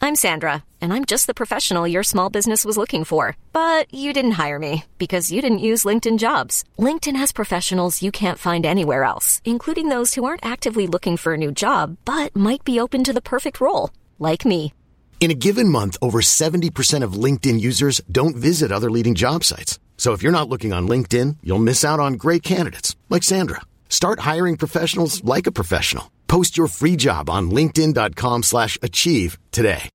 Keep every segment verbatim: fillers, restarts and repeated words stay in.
I'm Sandra, and I'm just the professional your small business was looking for. But you didn't hire me because you didn't use LinkedIn Jobs. LinkedIn has professionals you can't find anywhere else, including those who aren't actively looking for a new job, but might be open to the perfect role, like me. In a given month, over seventy percent of LinkedIn users don't visit other leading job sites. So if you're not looking on LinkedIn, you'll miss out on great candidates, like Sandra. Start hiring professionals like a professional. Post your free job on linkedin.com slash achieve today.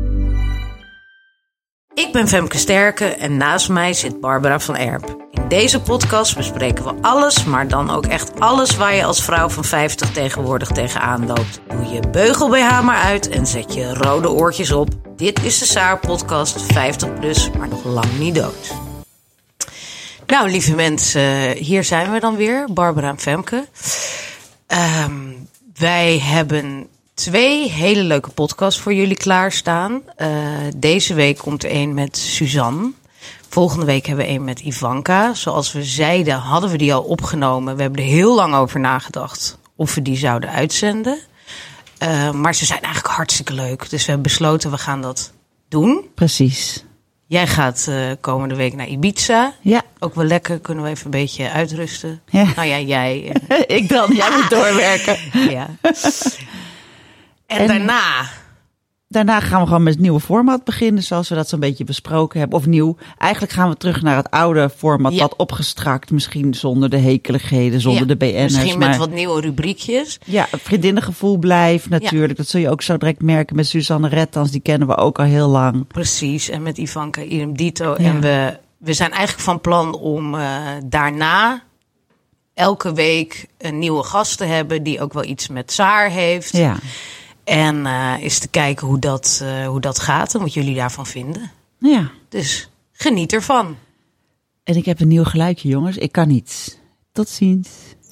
Ik ben Femke Sterke en naast mij zit Barbara van Erp. In deze podcast bespreken we alles, maar dan ook echt alles waar je als vrouw van vijftig tegenwoordig tegenaan loopt. Doe je beugel B H maar uit en zet je rode oortjes op. Dit is de Saar podcast vijftig plus, maar nog lang niet dood. Nou, lieve mensen, hier zijn we dan weer, Barbara en Femke. Um, wij hebben twee hele leuke podcasts voor jullie klaarstaan. Uh, deze week komt er een met Suzanne. Volgende week hebben we een met Ivanka. Zoals we zeiden, hadden we die al opgenomen. We hebben er heel lang over nagedacht of we die zouden uitzenden. Uh, maar ze zijn eigenlijk hartstikke leuk. Dus we hebben besloten, we gaan dat doen. Precies. Jij gaat uh, komende week naar Ibiza. Ja. Ook wel lekker, kunnen we even een beetje uitrusten. Ja. Nou ja, jij. Uh... Ik dan, jij moet doorwerken. Ja. En, en daarna... Daarna gaan we gewoon met het nieuwe format beginnen, zoals we dat zo'n beetje besproken hebben. Of nieuw. Eigenlijk gaan we terug naar het oude format, ja. Wat opgestrakt. Misschien zonder de hekeligheden, zonder ja. de B N'ers. Misschien met maar... wat nieuwe rubriekjes. Ja, het vriendinnengevoel blijft natuurlijk. Ja. Dat zul je ook zo direct merken met Suzanne Rettans. Die kennen we ook al heel lang. Precies, en met Ivanka idem dito. Ja. En we, we zijn eigenlijk van plan om uh, daarna elke week een nieuwe gast te hebben die ook wel iets met Saar heeft. Ja. En uh, eens te kijken hoe dat, uh, hoe dat gaat en wat jullie daarvan vinden. Ja. Dus geniet ervan. En ik heb een nieuw geluidje, jongens. Ik kan niet. Tot ziens.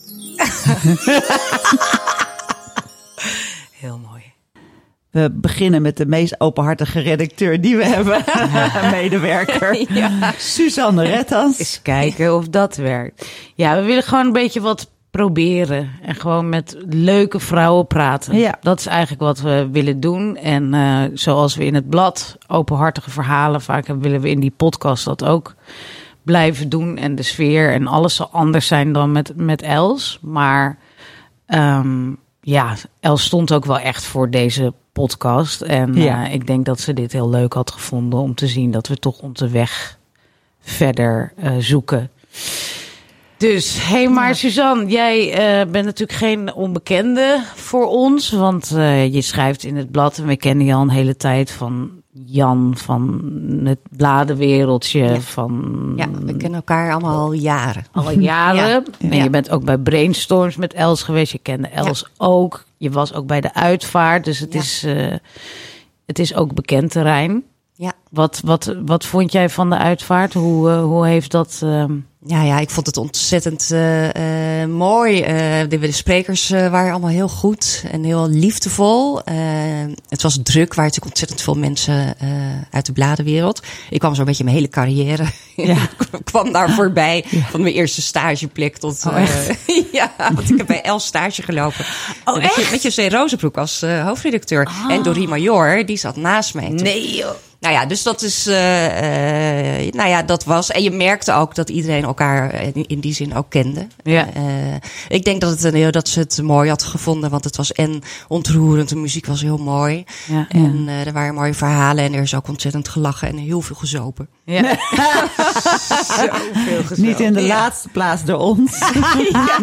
Heel mooi. We beginnen met de meest openhartige redacteur die we hebben. Medewerker. Ja. Suzanne Rettans. Eens kijken of dat werkt. Ja, we willen gewoon een beetje wat proberen. En gewoon met leuke vrouwen praten. Ja. Dat is eigenlijk wat we willen doen. En uh, zoals we in het blad openhartige verhalen vaak hebben, willen we in die podcast dat ook blijven doen. En de sfeer en alles zal anders zijn dan met, met Els. Maar um, ja, Els stond ook wel echt voor deze podcast. En ja. uh, ik denk dat ze dit heel leuk had gevonden om te zien dat we toch onze weg verder uh, zoeken. Dus, hé, hey, maar ja. Suzanne, jij uh, bent natuurlijk geen onbekende voor ons. Want uh, je schrijft in het blad en we kennen je al een hele tijd van Jan, van het bladenwereldje. Ja, van, ja we kennen elkaar allemaal al jaren. Al jaren. Ja. En ja. je bent ook bij Brainstorms met Els geweest. Je kende Els ja. ook. Je was ook bij de uitvaart. Dus het, ja. is, uh, het is ook bekend terrein. Ja. Wat, wat, wat vond jij van de uitvaart? Hoe, uh, hoe heeft dat... Uh, Ja, ja, ik vond het ontzettend uh, uh, mooi. Uh, de, de sprekers uh, waren allemaal heel goed en heel liefdevol. Uh, het was druk, waren natuurlijk ontzettend veel mensen uh, uit de bladenwereld. Ik kwam zo'n beetje mijn hele carrière. Ja. Ik kwam daar voorbij, ja. Van mijn eerste stageplek tot... Uh, oh, ja, want ik heb bij Els stage gelopen. Oh, met, je, met José Rozenbroek als uh, hoofdredacteur. Oh. En Doreen Major, die zat naast mij. Toen. Nee, joh. Nou ja, dus dat is, uh, uh, nou ja, dat was. En je merkte ook dat iedereen elkaar in, in die zin ook kende. Ja. Uh, ik denk dat, het, uh, dat ze het mooi had gevonden, want het was en ontroerend. De muziek was heel mooi. Ja, en ja. Uh, er waren mooie verhalen en er is ook ontzettend gelachen en heel veel gezopen. Ja. Zoveel gezopen. Niet in de ja. laatste plaats door ons. ja.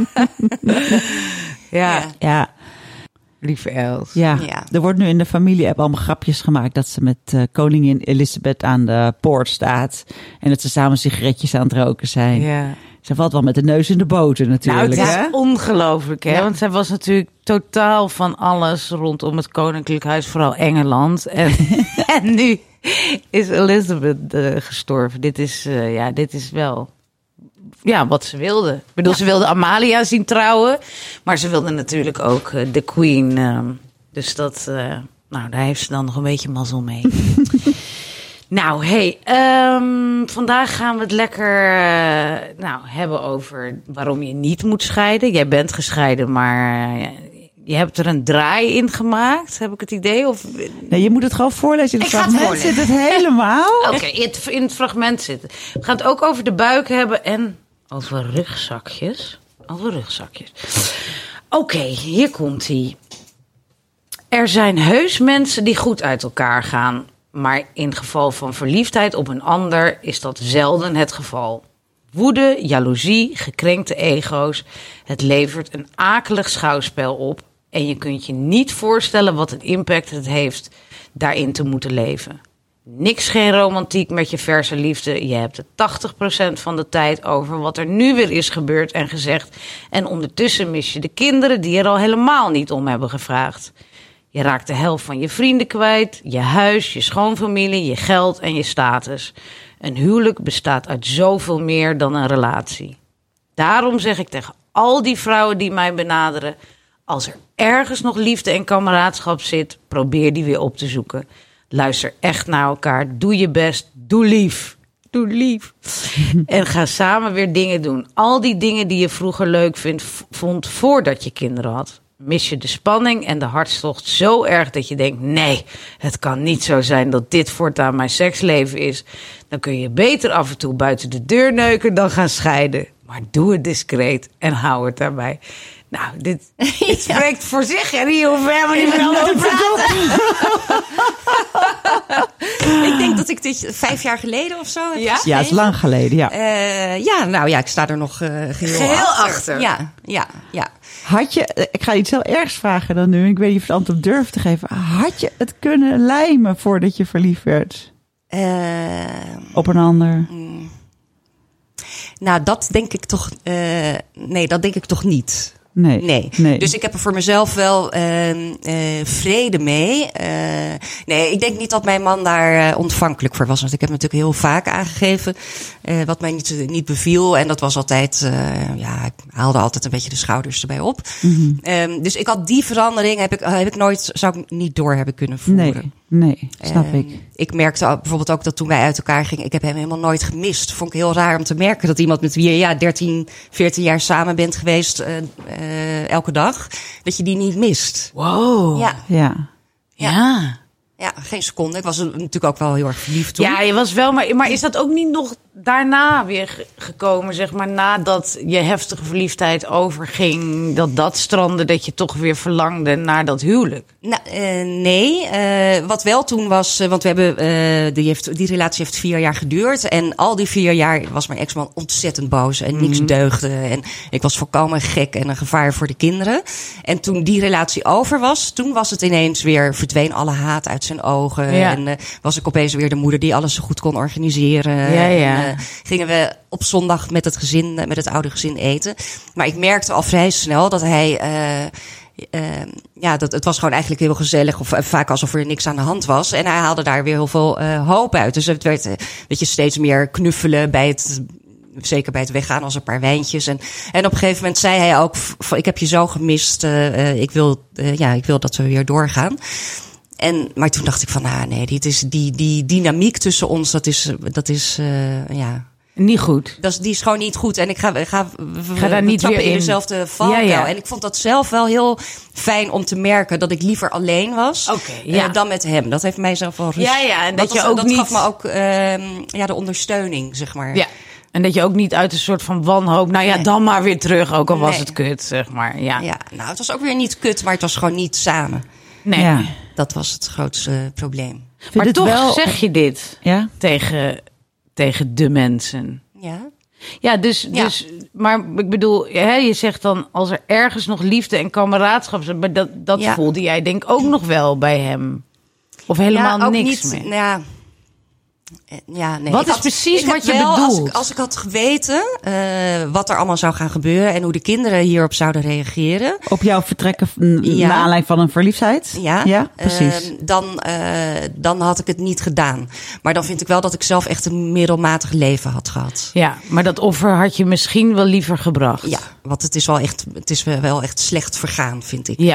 Ja. Ja. ja. Lieve Els. Ja. ja, er wordt nu in de familie-app allemaal grapjes gemaakt dat ze met uh, koningin Elizabeth aan de poort staat. En dat ze samen sigaretjes aan het roken zijn. Ja. Ze valt wel met de neus in de boter natuurlijk. Nou, het is hè? ongelooflijk, hè? Ja. Want zij was natuurlijk totaal van alles rondom het Koninklijk Huis, vooral Engeland. En, en nu is Elizabeth uh, gestorven. Dit is, uh, ja, dit is wel... Ja, wat ze wilde. Ik bedoel, ja. Ze wilde Amalia zien trouwen. Maar ze wilde natuurlijk ook uh, de Queen. Uh, dus dat, uh, nou, daar heeft ze dan nog een beetje mazzel mee. Nou, hey, um, vandaag gaan we het lekker uh, nou, hebben over waarom je niet moet scheiden. Jij bent gescheiden, maar uh, je hebt er een draai in gemaakt, heb ik het idee? Of... Nee, je moet het gewoon voorlezen. In het Ik ga het fragment zit voorlezen. het helemaal. Oké, okay, in, het, in het fragment zitten. We gaan het ook over de buik hebben en over rugzakjes. Over rugzakjes. Oké, okay, hier komt ie. Er zijn heus mensen die goed uit elkaar gaan. Maar in geval van verliefdheid op een ander is dat zelden het geval. Woede, jaloezie, gekrenkte ego's. Het levert een akelig schouwspel op. En je kunt je niet voorstellen wat een impact het heeft daarin te moeten leven. Niks geen romantiek met je verse liefde. Je hebt het tachtig procent van de tijd over wat er nu weer is gebeurd en gezegd. En ondertussen mis je de kinderen die er al helemaal niet om hebben gevraagd. Je raakt de helft van je vrienden kwijt, je huis, je schoonfamilie, je geld en je status. Een huwelijk bestaat uit zoveel meer dan een relatie. Daarom zeg ik tegen al die vrouwen die mij benaderen, als er ergens nog liefde en kameraadschap zit, probeer die weer op te zoeken. Luister echt naar elkaar, doe je best, doe lief. Doe lief. En ga samen weer dingen doen. Al die dingen die je vroeger leuk vindt, vond voordat je kinderen had. Mis je de spanning en de hartstocht zo erg dat je denkt, nee, het kan niet zo zijn dat dit voortaan mijn seksleven is. Dan kun je beter af en toe buiten de deur neuken dan gaan scheiden. Maar doe het discreet en hou het daarbij. Nou, dit, dit ja. spreekt voor zich. Ja, die hoeven helemaal niet meer over te praten. Ik denk dat ik dit vijf jaar geleden of zo heb Ja, ja het is lang geleden, ja. Uh, ja, nou ja, ik sta er nog uh, geheel, geheel achter. achter. Ja, ja, ja. Had je, ik ga iets heel ergs vragen dan nu. Ik weet niet of je het antwoord durft te geven. Had je het kunnen lijmen voordat je verliefd werd? Uh, Op een ander? Mm, nou, dat denk ik toch... Uh, nee, dat denk ik toch niet. Nee, nee. nee. Dus ik heb er voor mezelf wel uh, uh, vrede mee. Uh, nee, ik denk niet dat mijn man daar uh, ontvankelijk voor was. Want ik heb natuurlijk heel vaak aangegeven uh, wat mij niet, niet beviel. En dat was altijd, uh, ja, ik haalde altijd een beetje de schouders erbij op. Mm-hmm. Um, dus ik had die verandering, heb ik, heb ik nooit, zou ik niet door hebben kunnen voeren. Nee, nee, snap um, ik. Ik merkte bijvoorbeeld ook dat toen wij uit elkaar gingen, ik heb hem helemaal nooit gemist. Vond ik heel raar om te merken dat iemand met wie je ja, dertien, veertien jaar samen bent geweest, uh, uh, elke dag, dat je die niet mist. Wow. Ja. Ja. Ja. Ja, geen seconde. Ik was natuurlijk ook wel heel erg verliefd toen. Ja, je was wel, maar, maar is dat ook niet nog daarna weer gekomen, zeg maar, nadat je heftige verliefdheid overging, dat dat strandde, dat je toch weer verlangde naar dat huwelijk? Nou, uh, nee. Uh, wat wel toen was, uh, want we hebben, uh, die, heeft, die relatie heeft vier jaar geduurd. En al die vier jaar was mijn ex-man ontzettend boos en niks mm. deugde. En ik was volkomen gek en een gevaar voor de kinderen. En toen die relatie over was, toen was het ineens weer, verdween alle haat uit zijn ogen. Ja. En uh, was ik opeens weer de moeder die alles zo goed kon organiseren. Ja, ja. En, uh, gingen we op zondag met het gezin, met het oude gezin eten. Maar ik merkte al vrij snel dat hij... Uh, Uh, ja, dat, het was gewoon eigenlijk heel gezellig. Of uh, vaak alsof er niks aan de hand was. En hij haalde daar weer heel veel uh, hoop uit. Dus het werd uh, weet je, steeds meer knuffelen bij het... Zeker bij het weggaan als een paar wijntjes. En, en op een gegeven moment zei hij ook... Ik heb je zo gemist. Uh, uh, ik, wil, uh, ja, ik wil dat we weer doorgaan. En, maar toen dacht ik van... Ah, nee, dit is die, die dynamiek tussen ons... Dat is... Dat is uh, ja... Niet goed. Dat is, die is gewoon niet goed. En ik ga, ga, ga daar niet weer in. in dezelfde valkuil. Ja, ja. En ik vond dat zelf wel heel fijn om te merken dat ik liever alleen was okay, ja. uh, dan met hem. Dat heeft mij zelf wel rust. Ja, ja. En dat, dat je was, ook dat niet... gaf me ook uh, ja, de ondersteuning, zeg maar. Ja. En dat je ook niet uit een soort van wanhoop... Nou ja, nee. dan maar weer terug, ook al was nee. het kut, zeg maar. Ja. ja, nou, het was ook weer niet kut, maar het was gewoon niet samen. Nee. Ja. Dat was het grootste uh, probleem. Vind maar toch wel... zeg je dit ja? tegen, tegen de mensen. Ja. Ja, dus, ja. dus, maar ik bedoel, hè, je zegt dan als er ergens nog liefde en kameraadschap is, maar dat, dat ja. voelde jij denk ik ook nog wel bij hem. Of helemaal ja, ook niks niet, meer. Ja. Ja, nee. Wat ik is had, precies wat je wel, bedoelt? Als ik, als ik had geweten uh, wat er allemaal zou gaan gebeuren en hoe de kinderen hierop zouden reageren. Op jouw vertrekken ja. naar aanleiding van een verliefdheid? Ja, ja precies. Uh, dan, uh, dan had ik het niet gedaan. Maar dan vind ik wel dat ik zelf echt een middelmatig leven had gehad. Ja, maar dat offer had je misschien wel liever gebracht. Ja, want het is wel echt, het is wel echt slecht vergaan, vind ik. Ja.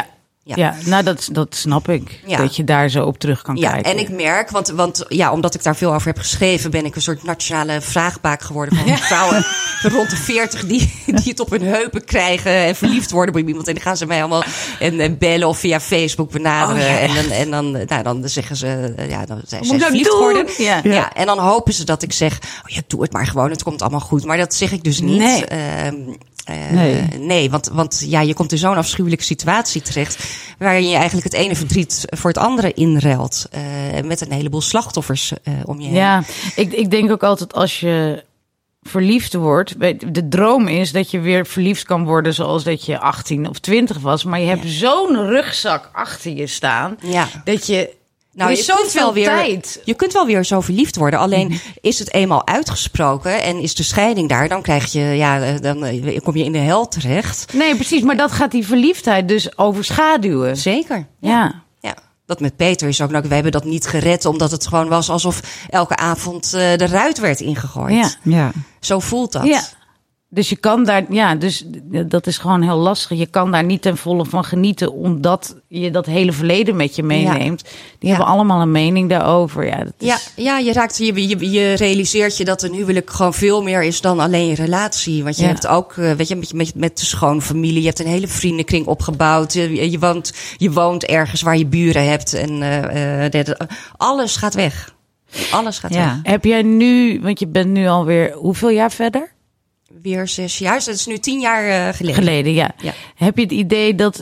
Ja. Ja, nou dat, dat snap ik. Ja. Dat je daar zo op terug kan Ja, kijken. en ik merk, want, want ja, omdat ik daar veel over heb geschreven, ben ik een soort nationale vraagbaak geworden van vrouwen rond de veertig die, die het op hun heupen krijgen en verliefd worden op iemand. En dan gaan ze mij allemaal en, en bellen of via Facebook benaderen. Oh, ja. En, dan, en dan, nou, dan zeggen ze, ja, dan zijn ze Moet ik dat verliefd doen? geworden. Ja. Ja. Ja, en dan hopen ze dat ik zeg, oh ja, doe het maar gewoon, het komt allemaal goed. Maar dat zeg ik dus niet. Nee. Ehm, Uh, Nee. nee, want, want ja, je komt in zo'n afschuwelijke situatie terecht, waarin je eigenlijk het ene verdriet voor het andere inruilt. Uh, met een heleboel slachtoffers uh, om je heen. Ja, ik, ik denk ook altijd als je verliefd wordt, de droom is dat je weer verliefd kan worden zoals dat je achttien of twintig was. Maar je hebt Ja. zo'n rugzak achter je staan, Ja. dat je... Nou, er je is kunt zoveel wel weer, tijd. je kunt wel weer zo verliefd worden. Alleen is het eenmaal uitgesproken en is de scheiding daar, dan krijg je, ja, dan uh, kom je in de hel terecht. Nee, precies, maar dat gaat die verliefdheid dus overschaduwen. Zeker. Ja. Ja, dat met Peter is ook nog. Wij hebben dat niet gered, omdat het gewoon was alsof elke avond uh, de ruit werd ingegooid. Ja. Ja. Zo voelt dat. Ja. Dus je kan daar, ja, dus dat is gewoon heel lastig. Je kan daar niet ten volle van genieten, omdat je dat hele verleden met je meeneemt. Die Ja. hebben allemaal een mening daarover. Ja, dat is... Ja, ja, je raakt, je, je, je realiseert je dat een huwelijk gewoon veel meer is dan alleen je relatie. Want je Ja. hebt ook, uh, weet je, met, met, met de schoonfamilie, je hebt een hele vriendenkring opgebouwd. Je, je, woont, je woont ergens waar je buren hebt en uh, uh, de, de, alles gaat weg. Alles gaat Ja. weg. Heb jij nu, want je bent nu alweer hoeveel jaar verder? Weer zes jaar, dat is nu tien jaar uh, geleden. Geleden, ja. Ja. Heb je het idee dat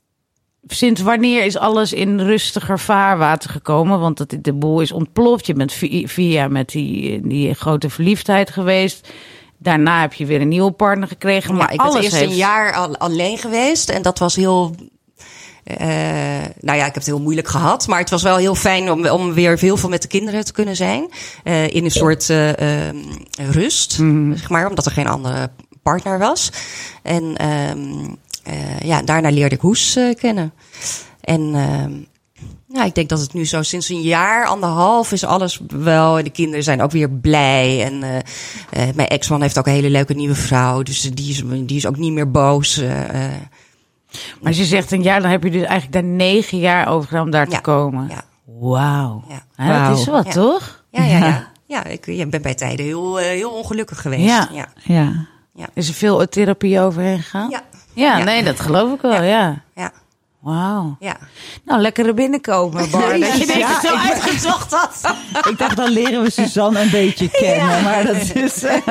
sinds wanneer is alles in rustiger vaarwater gekomen? Want dat, de boel is ontploft. Je bent vier, vier jaar met die, die grote verliefdheid geweest. Daarna heb je weer een nieuwe partner gekregen. Maar Ja, ik ben alles eerst heeft... een jaar al, alleen geweest en dat was heel... Uh, nou ja, ik heb het heel moeilijk gehad. Maar het was wel heel fijn om, om weer heel veel met de kinderen te kunnen zijn. Uh, in een soort uh, uh, rust, mm. zeg maar. Omdat er geen andere partner was. En um, uh, ja, daarna leerde ik Hoes uh, kennen. En uh, nou, ik denk dat het nu zo sinds een jaar, anderhalf is alles wel. En de kinderen zijn ook weer blij. En uh, uh, mijn ex-man heeft ook een hele leuke nieuwe vrouw. Dus die is, die is ook niet meer boos. Uh, Maar als je zegt een jaar, dan heb je dus eigenlijk daar negen jaar over gedaan om daar Ja, te komen. ja. Wauw. Ja. Hè, dat Wauw. is wat, Ja. toch? Ja, ja, ja. Ja, ik ja, ben bij tijden heel, uh, heel ongelukkig geweest. Ja. Ja. Ja. Is er veel therapie overheen gegaan? Ja. Ja, Ja. nee, dat geloof ik wel, ja. Ja. Ja. Wauw. Ja. Nou, lekker er binnenkomen, Bar. Dat je Ja, dit zo ik- uitgezocht had. Ik dacht, dan leren we Suzanne een beetje kennen. Maar dat is. eh,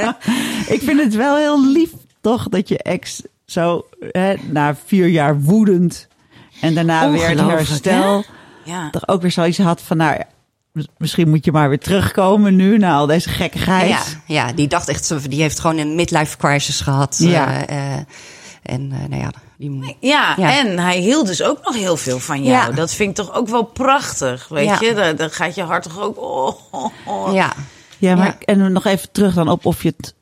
ik vind het wel heel lief, toch, dat je ex zo hè, na vier jaar woedend en daarna weer het Ongelooflijk, herstel, Ja. toch ook weer zoiets had van, nou, ja, misschien moet je maar weer terugkomen nu na al deze gekkigheid. Ja, ja, die dacht echt, die heeft gewoon een midlife crisis gehad. Ja. Uh, uh, en uh, nou ja, die... Ja, Ja. en hij hield dus ook nog heel veel van jou. Ja. Dat vind ik toch ook wel prachtig, weet Ja. je? Dan, dan gaat je hart toch ook... Oh, oh, oh. Ja. Ja, maar Ja. en nog even terug dan op of je het,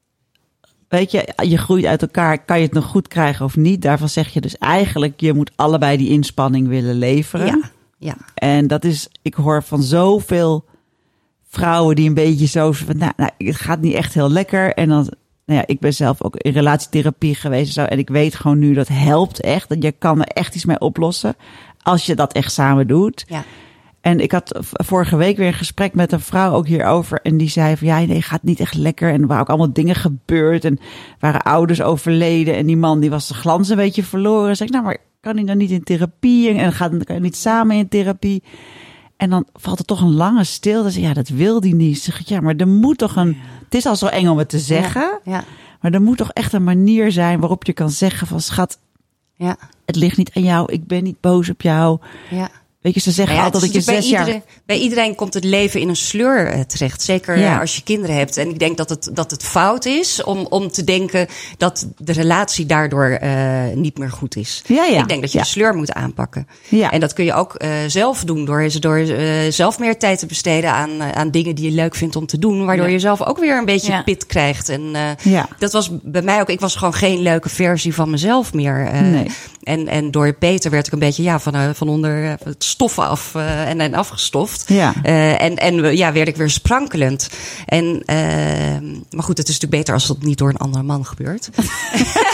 weet je, je groeit uit elkaar, kan je het nog goed krijgen of niet? Daarvan zeg je dus eigenlijk, je moet allebei die inspanning willen leveren. Ja. Ja. En dat is, ik hoor van zoveel vrouwen die een beetje zo van, nou, nou, het gaat niet echt heel lekker. En dan, nou ja, ik ben zelf ook in relatietherapie geweest en zo. En ik weet gewoon nu, dat helpt echt. Dat je kan er echt iets mee oplossen. Als je dat echt samen doet. Ja. En ik had vorige week weer een gesprek met een vrouw ook hierover. En die zei van, ja, nee, gaat niet echt lekker. En er waren ook allemaal dingen gebeurd. En waren ouders overleden. En die man, die was de glans een beetje verloren. Zeg ik, nou, maar kan hij dan niet in therapie? En gaat kan je niet samen in therapie? En dan valt er toch een lange stilte. Zeg, ja, dat wil die niet. Zeg ik, ja, maar er moet toch een... Het is al zo eng om het te zeggen. Ja. Maar er moet toch echt een manier zijn waarop je kan zeggen van, schat, Ja. het ligt niet aan jou. Ik ben niet boos op jou. Ja. Weet je, ze zeggen Nou ja, altijd dat het je is zes bij jaar... Iedereen, bij iedereen komt het leven in een sleur uh, terecht. Zeker Ja. uh, als je kinderen hebt. En ik denk dat het, dat het fout is om, om te denken dat de relatie daardoor uh, niet meer goed is. Ja, ja. Ik denk dat je Ja. de sleur moet aanpakken. Ja. En dat kun je ook uh, zelf doen door, door uh, zelf meer tijd te besteden aan, uh, aan dingen die je leuk vindt om te doen. Waardoor Ja. je zelf ook weer een beetje Ja. pit krijgt. En uh, Ja. dat was bij mij ook. Ik was gewoon geen leuke versie van mezelf meer. Uh, Nee. En, en door Peter werd ik een beetje ja, van, uh, van onder uh, het stof af uh, en, en afgestoft. Ja. Uh, en en ja, werd ik weer sprankelend. En, uh, maar goed, het is natuurlijk beter als dat niet door een andere man gebeurt.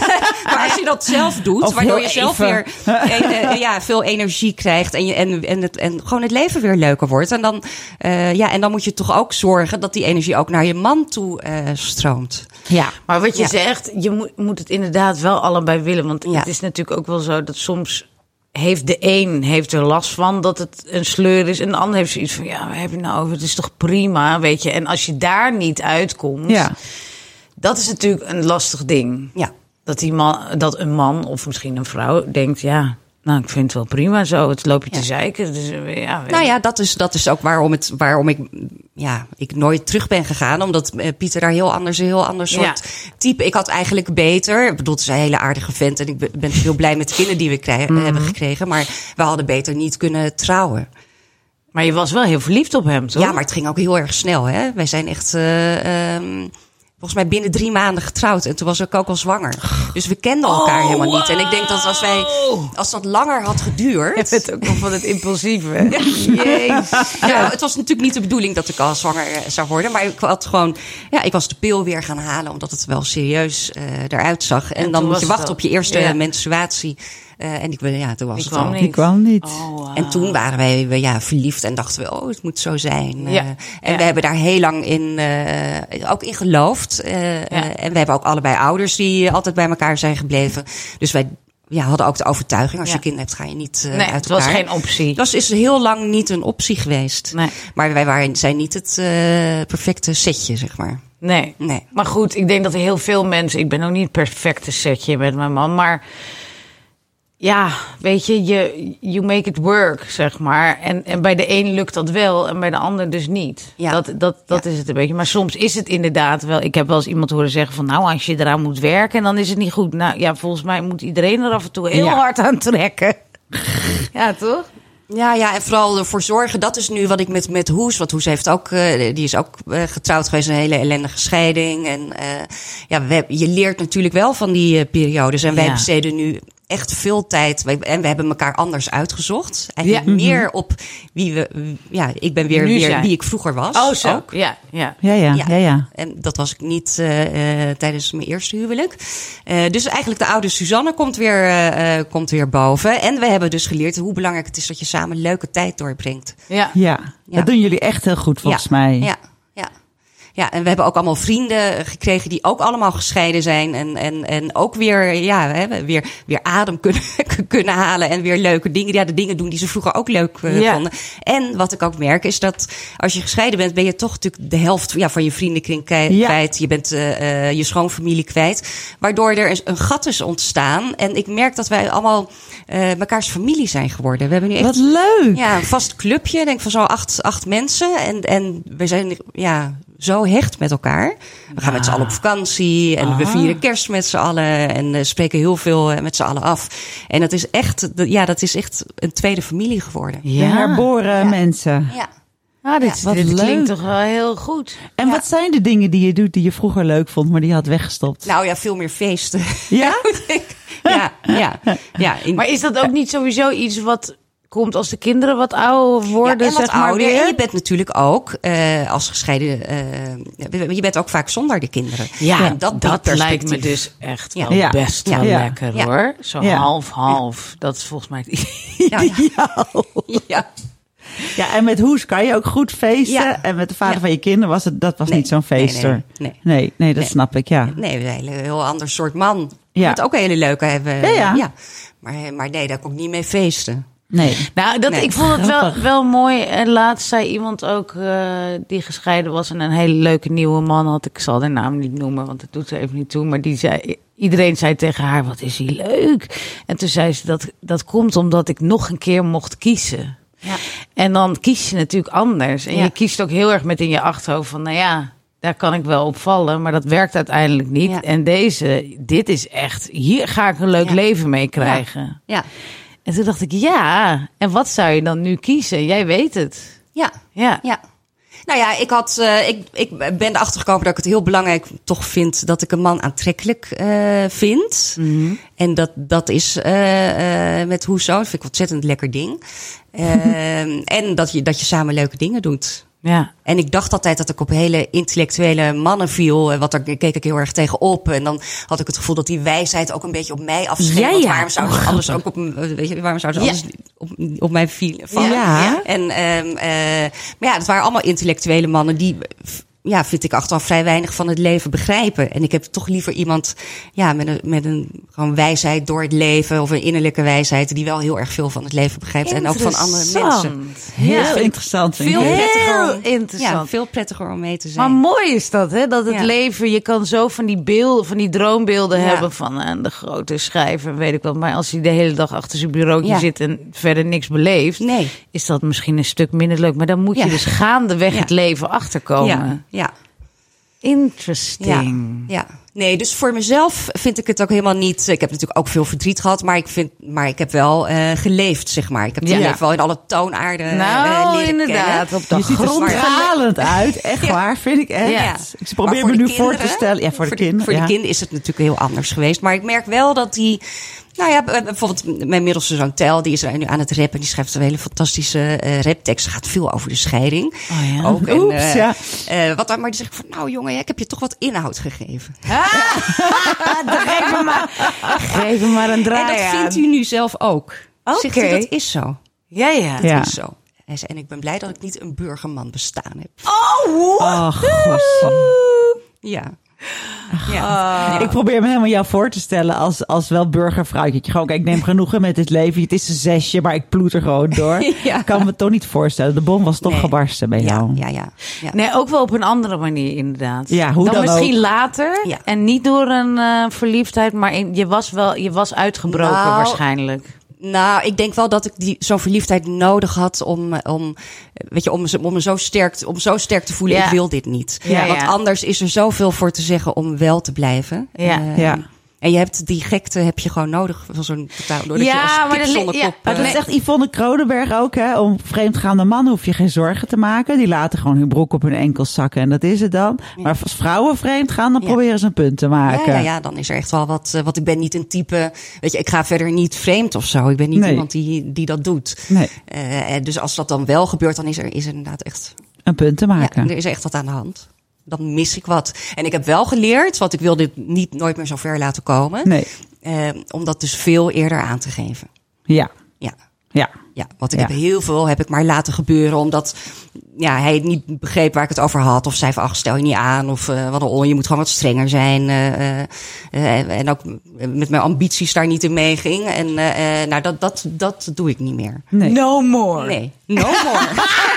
Maar als je dat zelf doet, Of waardoor heel je zelf even. weer uh, ja, veel energie krijgt en, je, en, en, het, en gewoon het leven weer leuker wordt. En dan, uh, ja, en dan moet je toch ook zorgen dat die energie ook naar je man toe uh, stroomt. Ja, maar wat je Ja. zegt, je moet, moet het inderdaad wel allebei willen. Want Ja. het is natuurlijk ook wel zo dat soms heeft de een heeft er last van dat het een sleur is. En de ander heeft zoiets van, ja, waar heb je nou over? Het is toch prima, weet je. En als je daar niet uitkomt, Ja. dat is natuurlijk een lastig ding. Ja. Dat, die man, dat een man of misschien een vrouw denkt, ja, nou, ik vind het wel prima zo. Het loop je te Ja. zeiken. Dus, uh, ja, weet Nou je. ja, dat is, dat is ook waarom, het, waarom ik, ja, ik nooit terug ben gegaan. Omdat uh, Pieter daar heel anders, een heel ander soort type. Ik had eigenlijk beter, ik bedoel, het is een hele aardige vent. En ik ben, ben heel blij met de kinderen die we krijgen, Mhm. hebben gekregen. Maar we hadden beter niet kunnen trouwen. Maar je was wel heel verliefd op hem, toch? Ja, maar het ging ook heel erg snel. Hè? Wij zijn echt, uh, um, volgens mij binnen drie maanden getrouwd. En toen was ik ook al zwanger. Dus we kenden elkaar Oh, helemaal niet. En ik denk dat als wij, als dat langer had geduurd. Je bent ook nog van het impulsieve. Jezus. Ja, het was natuurlijk niet de bedoeling dat ik al zwanger uh, zou worden. Maar ik had gewoon, ja, ik was de pil weer gaan halen. Omdat het wel serieus uh, eruit zag. En, En dan toen moet je was wachten het op je eerste ja. menstruatie. Uh, en ik, ja, toen was Die het kwam al. niet. Die kwam niet. Oh, wow. En toen waren wij we, ja, verliefd en dachten we, oh, het moet zo zijn. Ja. Uh, en Ja. we hebben daar heel lang in, uh, ook in geloofd. Uh, Ja. uh, en we hebben ook allebei ouders die altijd bij elkaar zijn gebleven. Dus wij ja, hadden ook de overtuiging, als Ja. je kinderen hebt, ga je niet uh, Nee, uit het elkaar. was geen optie. Dat is heel lang niet een optie geweest. Nee. Maar wij waren, zijn niet het uh, perfecte setje, zeg maar. Nee. Nee. Maar goed, ik denk dat er heel veel mensen... Ik ben ook niet het perfecte setje met mijn man, maar... Ja, weet je, je you make it work, zeg maar. En, en bij de een lukt dat wel en bij de ander dus niet. Ja. Dat, dat, dat Ja. is het een beetje. Maar soms is het inderdaad wel... Ik heb wel eens iemand horen zeggen van... nou, als je eraan moet werken, dan is het niet goed. Nou ja, volgens mij moet iedereen er af en toe heel Ja. hard aan trekken. Ja, toch? Ja, ja, en vooral ervoor zorgen. Dat is nu wat ik met, met Hoes. Want Hoes heeft ook, uh, die is ook uh, getrouwd geweest, een hele ellendige scheiding. En uh, ja, we, je leert natuurlijk wel van die uh, periodes. En wij Ja. besteden nu echt veel tijd. Wij, en we hebben elkaar anders uitgezocht. Eigenlijk Ja. meer op wie we. Ja, ik ben weer, Nu weer zijn. wie ik vroeger was. Oh, zo. Ook. Ja, ja. Ja, ja, Ja. ja, ja. En dat was ik niet uh, uh, tijdens mijn eerste huwelijk. Uh, dus eigenlijk de oude Suzanne komt weer, uh, uh, komt weer boven. En we hebben dus geleerd hoe belangrijk het is dat je samen leuke tijd doorbrengt. Ja. Ja, Ja. dat doen jullie echt heel goed volgens ja. mij. Ja, ja. Ja, en we hebben ook allemaal vrienden gekregen die ook allemaal gescheiden zijn. En, en, en ook weer, ja, hè, weer, weer adem kunnen, kunnen halen. En weer leuke dingen, ja, de dingen doen die ze vroeger ook leuk uh, Ja. vonden. En wat ik ook merk is dat als je gescheiden bent, ben je toch natuurlijk de helft ja, van je vriendenkring kwijt. Ja. Je bent uh, uh, je schoonfamilie kwijt. Waardoor er een, een gat is ontstaan. En ik merk dat wij allemaal uh, mekaars familie zijn geworden. We hebben nu echt Wat leuk. ja, een vast clubje, denk van zo acht, acht mensen. En, en we zijn ja, zo hecht met elkaar. We gaan met z'n allen op vakantie en we vieren kerst met z'n allen. En uh, spreken heel veel uh, met z'n allen af. En dat is echt, ja, dat is echt een tweede familie geworden. De herboren mensen. Ja. Ah, dit, Wat dit leuk. klinkt toch wel heel goed. En wat zijn de dingen die je doet die je vroeger leuk vond, maar die je had weggestopt? Nou ja, veel meer feesten. Ja? ja, ja, ja. In, Maar is dat ook niet sowieso iets wat komt als de kinderen wat ouder worden, ja, en wat zeg maar ouder. weer? En je bent natuurlijk ook uh, als gescheiden. Uh, je bent ook vaak zonder de kinderen. Ja, En dat, dat lijkt me perspectief. dus echt Ja. wel Ja. best Ja. wel Ja. lekker, Ja. hoor. Zo Ja. half-half. Dat is volgens mij het Ja, ja. ja. Ja, en met Hoes kan je ook goed feesten. Ja. En met de vader Ja. van je kinderen was het, dat was Nee. niet zo'n Nee, nee, feester. nee. nee, nee, dat Nee. snap ik, ja. Nee, we zijn een heel ander soort man. Ja. Met ook een hele leuke hebben. Ja, ja. Maar, maar nee, daar kon ik niet mee feesten. Nee. Nou, dat, Nee. ik vond het wel, Grappig. wel mooi. En laatst zei iemand ook uh, die gescheiden was en een hele leuke nieuwe man had. Ik zal de naam niet noemen, want dat doet ze even niet toe. Maar die zei, iedereen zei tegen haar, wat is hij leuk. En toen zei ze, dat, dat komt omdat ik nog een keer mocht kiezen. Ja. En dan kies je natuurlijk anders. En Ja. je kiest ook heel erg met in je achterhoofd van, nou ja, daar kan ik wel op vallen, maar dat werkt uiteindelijk niet. Ja. En deze, dit is echt, hier ga ik een leuk Ja. leven mee krijgen. Ja. En toen dacht ik, ja, en wat zou je dan nu kiezen? Jij weet het. Ja. Ja. Ja. Nou ja, ik, had, uh, ik, ik ben erachter gekomen dat ik het heel belangrijk toch vind dat ik een man aantrekkelijk uh, vind. Mm-hmm. En dat, dat is uh, uh, met Hoes zo. Dat vind ik een ontzettend lekker ding. Uh, en dat je, dat je samen leuke dingen doet. Ja. En ik dacht altijd dat ik op hele intellectuele mannen viel. En wat daar keek ik heel erg tegenop. En dan had ik het gevoel dat die wijsheid ook een beetje op mij afscheen. Ja, Want ja. waarom zouden ze alles ook op, weet je, waarom zouden ze Ja. alles op, op mij vielen? Vallen? Ja. En, um, uh, maar ja, het waren allemaal intellectuele mannen die, ja, vind ik achteraf vrij weinig van het leven begrijpen. En ik heb toch liever iemand, ja, met een, met een gewoon wijsheid door het leven of een innerlijke wijsheid die wel heel erg veel van het leven begrijpt en ook van andere mensen. Heel Ja. interessant. vind Veel ik. prettiger om, Heel interessant. Ja, veel prettiger om mee te zijn. Maar mooi is dat, hè? Dat het Ja. leven, je kan zo van die beelden, van die droombeelden Ja. hebben van uh, de grote schrijver, weet ik wat. Maar als hij de hele dag achter zijn bureautje Ja. zit en verder niks beleeft, Nee. is dat misschien een stuk minder leuk. Maar dan moet je Ja. dus gaandeweg Ja. het leven achterkomen. Ja, ja. Interesting. Ja, ja. Nee, dus voor mezelf vind ik het ook helemaal niet. Ik heb natuurlijk ook veel verdriet gehad, maar ik vind, maar ik heb wel uh, geleefd, zeg maar. Ik heb het Ja. leven wel in alle toonaarden uh, Nou, leren inderdaad. kennen. Op de Je ziet er grond stralend uit. Echt Ja. waar, vind ik echt. Ja. Ik probeer Maar me voor nu de voor te kinderen- stellen. Ja, voor, de kinderen. Voor ja. de kinderen is het natuurlijk heel anders geweest. Maar ik merk wel dat die. Nou ja, bijvoorbeeld mijn middelste zoon Tel, die is er nu aan het rappen. Die schrijft een hele fantastische uh, raptekst. Gaat veel over de scheiding. Oh ja. Ook. En, Oeps, uh, ja. uh, wat dan, maar die zegt van, nou jongen, ja, ik heb je toch wat inhoud gegeven. geef, hem maar, geef hem maar een draai En dat aan. vindt u nu zelf ook. Oké. Zegt u, dat is zo. Ja, ja. Ja. Dat is zo. Hij zei, en ik ben blij dat ik niet een burgerman bestaan heb. Oh, god. Ja. Ja. Ik probeer me helemaal jou voor te stellen als, als wel burgervrouwtje. Gewoon, kijk, ik neem genoegen met dit leven. Het is een zesje, maar ik ploeter gewoon door. Ja. Ik kan me het toch niet voorstellen. De bom was toch Nee. gebarsten bij Ja, jou. ja, ja. ja. Nee, ook wel op een andere manier inderdaad. Ja, hoe dan misschien ook. later. Ja. En niet door een uh, verliefdheid, maar in, je was wel je was uitgebroken Nou, waarschijnlijk. Nou, ik denk wel dat ik die zo'n verliefdheid nodig had om, om, weet je, om, me- om me zo sterk, om zo sterk te voelen. Ja. Ik wil dit niet. Ja, Want ja. anders is er zoveel voor te zeggen om wel te blijven. Ja. Eh, Ja. En je hebt die gekte heb je gewoon nodig van zo'n totaal. Doordat Ja, je als maar kip dat- zonder ja, kop. Maar eh, dat zegt Yvonne Kronenberg ook, hè. Om vreemdgaande mannen hoef je geen zorgen te maken. Die laten gewoon hun broek op hun enkels zakken en dat is het dan. Maar als vrouwen vreemd gaan, dan Ja. proberen ze een punt te maken. Ja, ja, ja, dan is er echt wel wat. Uh, want ik ben niet een type. Weet je, ik ga verder niet vreemd of zo. Ik ben niet Nee. iemand die, die dat doet. Nee, Uh, en dus als dat dan wel gebeurt, dan is er, is er inderdaad echt. een punt te Ja, maken. er is echt wat aan de hand. Dan mis ik wat. En ik heb wel geleerd, want ik wil dit niet nooit meer zo ver laten komen. Nee, Uh, om dat dus veel eerder aan te geven. ja, Ja. ja. Ja, want ik Ja. heb heel veel heb ik maar laten gebeuren, omdat ja, hij niet begreep waar ik het over had. Of zei van, ach, stel je niet aan. Of uh, wat een on, je moet gewoon wat strenger zijn. Uh, uh, en ook met mijn ambities daar niet in meeging. En uh, uh, nou, dat, dat, dat doe ik niet meer. Nee. No more. Nee, no more.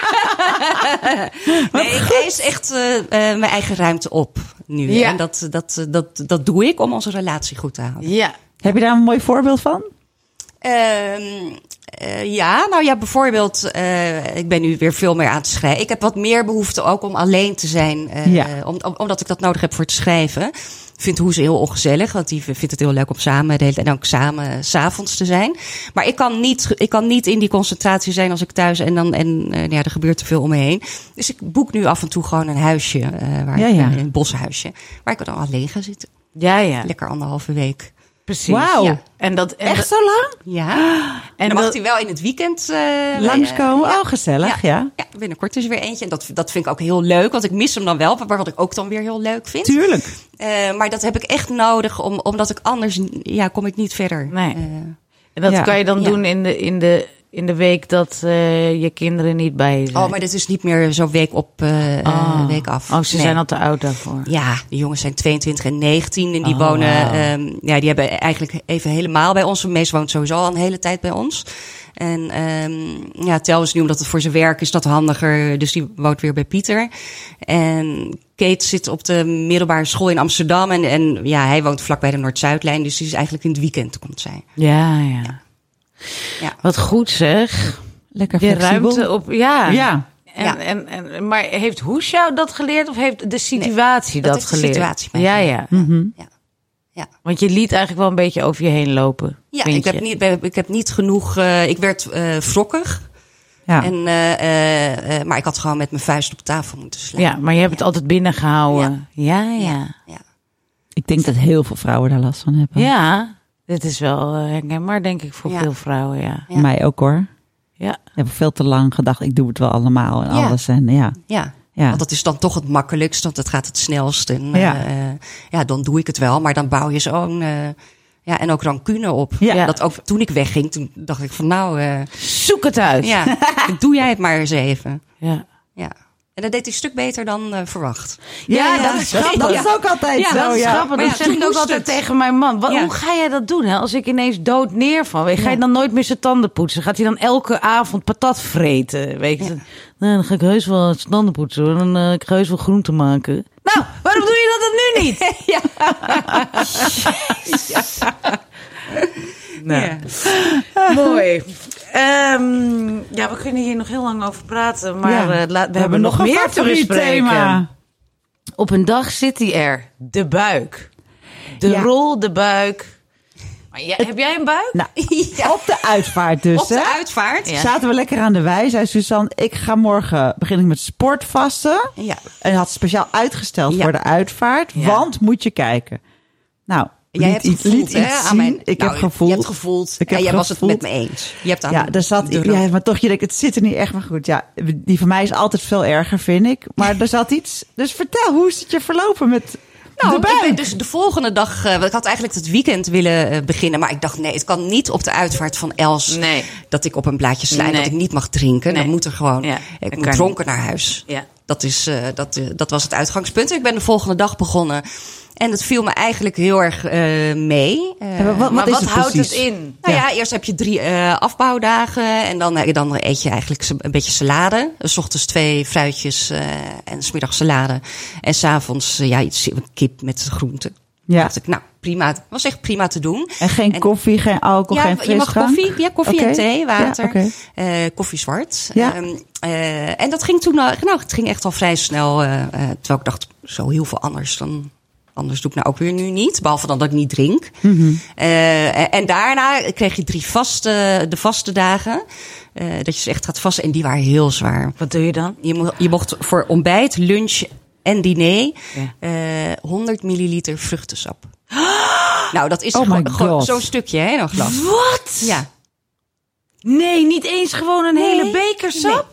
Nee, ik eis echt uh, uh, mijn eigen ruimte op nu. Ja. En dat, dat, dat, dat doe ik om onze relatie goed te houden. Ja. Heb je daar een mooi voorbeeld van? Um, uh, ja, nou ja, bijvoorbeeld, uh, ik ben nu weer veel meer aan het schrijven. Ik heb wat meer behoefte ook om alleen te zijn, uh, Ja. om, om, omdat ik dat nodig heb voor het schrijven. Ik vind Hoes heel ongezellig, want die vindt het heel leuk om samen de hele tijd en ook samen 's avonds te zijn. Maar ik kan niet, ik kan niet in die concentratie zijn als ik thuis en dan en uh, ja, er gebeurt te veel om me heen. Dus ik boek nu af en toe gewoon een huisje, uh, waar Ja, ik, ja. uh, een boshuisje, waar ik dan alleen ga zitten. Ja, ja. Lekker anderhalve week. Precies. Wauw. Ja. En dat en Echt dat- zo lang? Ja. En En dan mag dat- hij wel in het weekend uh, Langskomen? uh, Oh, gezellig, ja. Ja, binnenkort is er weer eentje. En dat, dat vind ik ook heel leuk, want ik mis hem dan wel. Maar wat ik ook dan weer heel leuk vind. Tuurlijk. Uh, maar dat heb ik echt nodig, om, omdat ik anders, ja, kom ik niet verder. Nee. Uh, En dat Ja. kan je dan Ja. doen in de, in de, in de week dat uh, je kinderen niet bij je zijn. oh, maar dit is niet meer zo week op, uh, Oh. uh, week af. Oh, ze Nee. zijn al te oud daarvoor. Ja, de jongens zijn tweeëntwintig en negentien en die Oh, wonen, wauw. um, ja, die hebben eigenlijk even helemaal bij ons. Meest woont sowieso al een hele tijd bij ons. En um, ja, Tel is nu, omdat het voor zijn werk is dat handiger, dus die woont weer bij Pieter. En Kate zit op de middelbare school in Amsterdam en, en ja, hij woont vlakbij de Noord-Zuidlijn, dus die is eigenlijk in het weekend komt zij. Ja, ja. Ja. Wat goed zeg. Lekker Je flexibel. ruimte op, ja. Ja. En, Ja. En, en, maar heeft Hoes jou dat geleerd of heeft de situatie Nee, dat, dat heeft de geleerd? situatie mij ja, geleerd. ja. Mhm. Want je liet eigenlijk wel een beetje over je heen lopen. Ja, vind ik heb, je? niet, ik heb niet genoeg, uh, ik werd uh, wrokkig. Ja. En, uh, uh, uh, maar ik had gewoon met mijn vuist op tafel moeten slaan. Ja, maar je hebt het altijd binnengehouden. Ja, ja. ja. Ja. Ja. Ik denk dat heel veel vrouwen daar last van hebben. Ja, dit is wel uh, herkenbaar, denk ik, voor Ja. veel vrouwen, ja. Ja. Mij ook hoor. Ja. Ik heb veel te lang gedacht, ik doe het wel allemaal en Ja. alles. En ja. Ja. Ja. Want dat is dan toch het makkelijkst, want het gaat het snelst. En Ja. uh, ja, dan doe ik het wel. Maar dan bouw je zo'n... Uh, ja, en ook rancune op. Ja. Dat ook toen ik wegging, toen dacht ik van nou... Uh, Zoek het uit. ja, doe jij het maar eens even. Ja. Ja. En dat deed hij een stuk beter dan uh, verwacht. Ja, Ja, dat is grappig. Dat Ja. is ook altijd Ja, zo. Dat is ja. grappig. Maar Dat ja, zeg ik toen ook moest altijd het. tegen mijn man. Wat, Ja. Hoe ga jij dat doen? Hè? Als ik ineens dood neerval. Weet je, ga je dan nooit meer zijn tanden poetsen? Gaat hij dan elke avond patat vreten? Weet je? Ja. Nee, dan ga ik heus wel zijn tanden poetsen. Hoor. Dan uh, ik ga heus wel groente maken. Nou, waarom doe je dat dan nu niet? Ja. Nou, Ja. mooi. Um, ja, we kunnen hier nog heel lang over praten. Maar Ja. uh, la- we, We hebben nog een meer te favoriet bespreken. thema. Op een dag zit hij er. De buik. De Ja. rol, de buik. Maar jij- heb jij een buik? Nou, Ja. op de uitvaart dus. Op de hè? uitvaart. Ja. Zaten we lekker aan de wei. Zei Suzanne, ik ga morgen begin ik met sportvasten. Ja. En had speciaal uitgesteld Ja. voor de uitvaart. Ja. Want moet je kijken. Nou, Jij liet hebt iets, gevoeld, liet hè, iets aan zien. mijn... Ik nou, heb gevoeld. Je hebt gevoeld. Ik heb en jij was het gevoeld. met me eens. Je hebt aan Ja, daar zat, de ja, maar toch, je denkt, het zit er niet echt maar goed. Ja, die van mij is altijd veel erger, vind ik. Maar er zat iets. Dus vertel, hoe is het je verlopen met Nou, de buik? ik ben dus de volgende dag... Uh, ik had eigenlijk het weekend willen uh, beginnen. Maar ik dacht, nee, het kan niet op de uitvaart van Els... Nee. dat ik op een blaadje sla en Nee. dat ik niet mag drinken. Nee. Dan moet er gewoon... Ja, ik dat moet kan dronken naar huis. Ja. Dat, is, uh, dat, uh, dat was het uitgangspunt. Ik ben de volgende dag begonnen. En dat viel me eigenlijk heel erg uh, mee. Uh, Ja, maar wat, Maar is wat het houdt precies? het in? Nou ja, eerst heb je drie uh, afbouwdagen. En dan, uh, dan eet je eigenlijk een beetje salade. Dus 's ochtends twee fruitjes uh, en 's middags salade. En 's avonds uh, ja, iets kip met groenten. Ja. Dacht ik, nou prima. Het was echt prima te doen. En geen En- koffie, geen alcohol, Ja, geen je mag frisdrank? koffie, ja, koffie Oké. en thee, water. Ja, oké. eh, koffie zwart. Ja. Um, uh, en dat ging toen, al- nou, het ging echt al vrij snel. Uh, uh, terwijl ik dacht, zo heel veel anders dan. Anders doe ik nou ook weer nu niet. Behalve dan dat ik niet drink. Mm-hmm. Uh, en daarna kreeg je drie vaste, de vaste dagen. Uh, dat je ze echt gaat vasten. En die waren heel zwaar. Wat doe je dan? Je, mo- je mocht voor ontbijt, lunch en diner Ja. uh, honderd milliliter vruchtensap. Nou, dat is Oh my gewoon gewoon God. zo'n stukje, hè, een glas. Wat? Ja. Nee, niet eens gewoon een Nee. hele beker sap?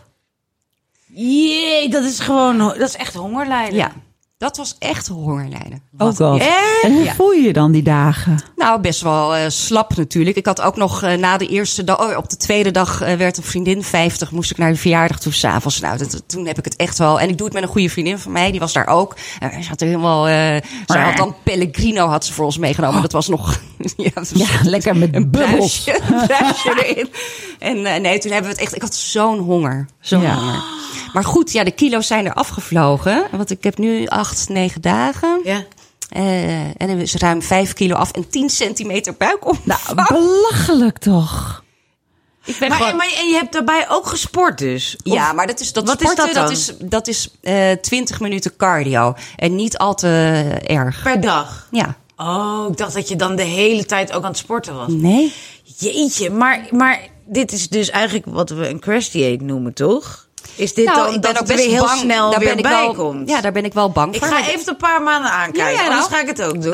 Jee, dat is gewoon... Dat is echt hongerlijden. Ja, dat was echt hongerlijden. Oh god. Echt? En hoe Ja. voel je je dan die dagen? Nou, best wel uh, slap natuurlijk. Ik had ook nog uh, na de eerste dag... Oh, op de tweede dag uh, werd een vriendin vijftig. Moest ik naar de verjaardag toe s'avonds. Nou, dat, toen heb ik het echt wel... En ik doe het met een goede vriendin van mij. Die was daar ook. En zij had er helemaal... Uh, zij had dan Pellegrino had ze voor ons meegenomen. Dat was nog... ja, dat was Ja, lekker met een bubbels. bruisje, een bruisje erin. En uh, nee, toen hebben we het echt... Ik had zo'n honger. Zo'n Ja. honger. Maar goed, ja, de kilo's zijn er afgevlogen. Want ik heb nu acht, negen dagen. Ja. Uh, en dan is ruim vijf kilo af en tien centimeter buikomvang. Nou, belachelijk toch? ik ben Maar, gewoon... maar, en je hebt daarbij ook gesport dus? Of- ja, maar dat is dat wat is sporten, dat dan? dat is dat is uh, twintig minuten cardio en niet al te erg. Per dag? Ja. Oh, ik dacht dat je dan de hele tijd ook aan het sporten was. Nee. Jeetje, maar, maar dit is dus eigenlijk wat we een crash dieet noemen, toch? Is dit Nou, dan ik ben dat ook het er best weer heel bang. snel Daar weer ben ik bij wel, komt? Ja, daar ben ik wel bang Ik voor. ga maar- even een paar maanden aankijken, Ja, ja, anders nou. ga ik het ook doen.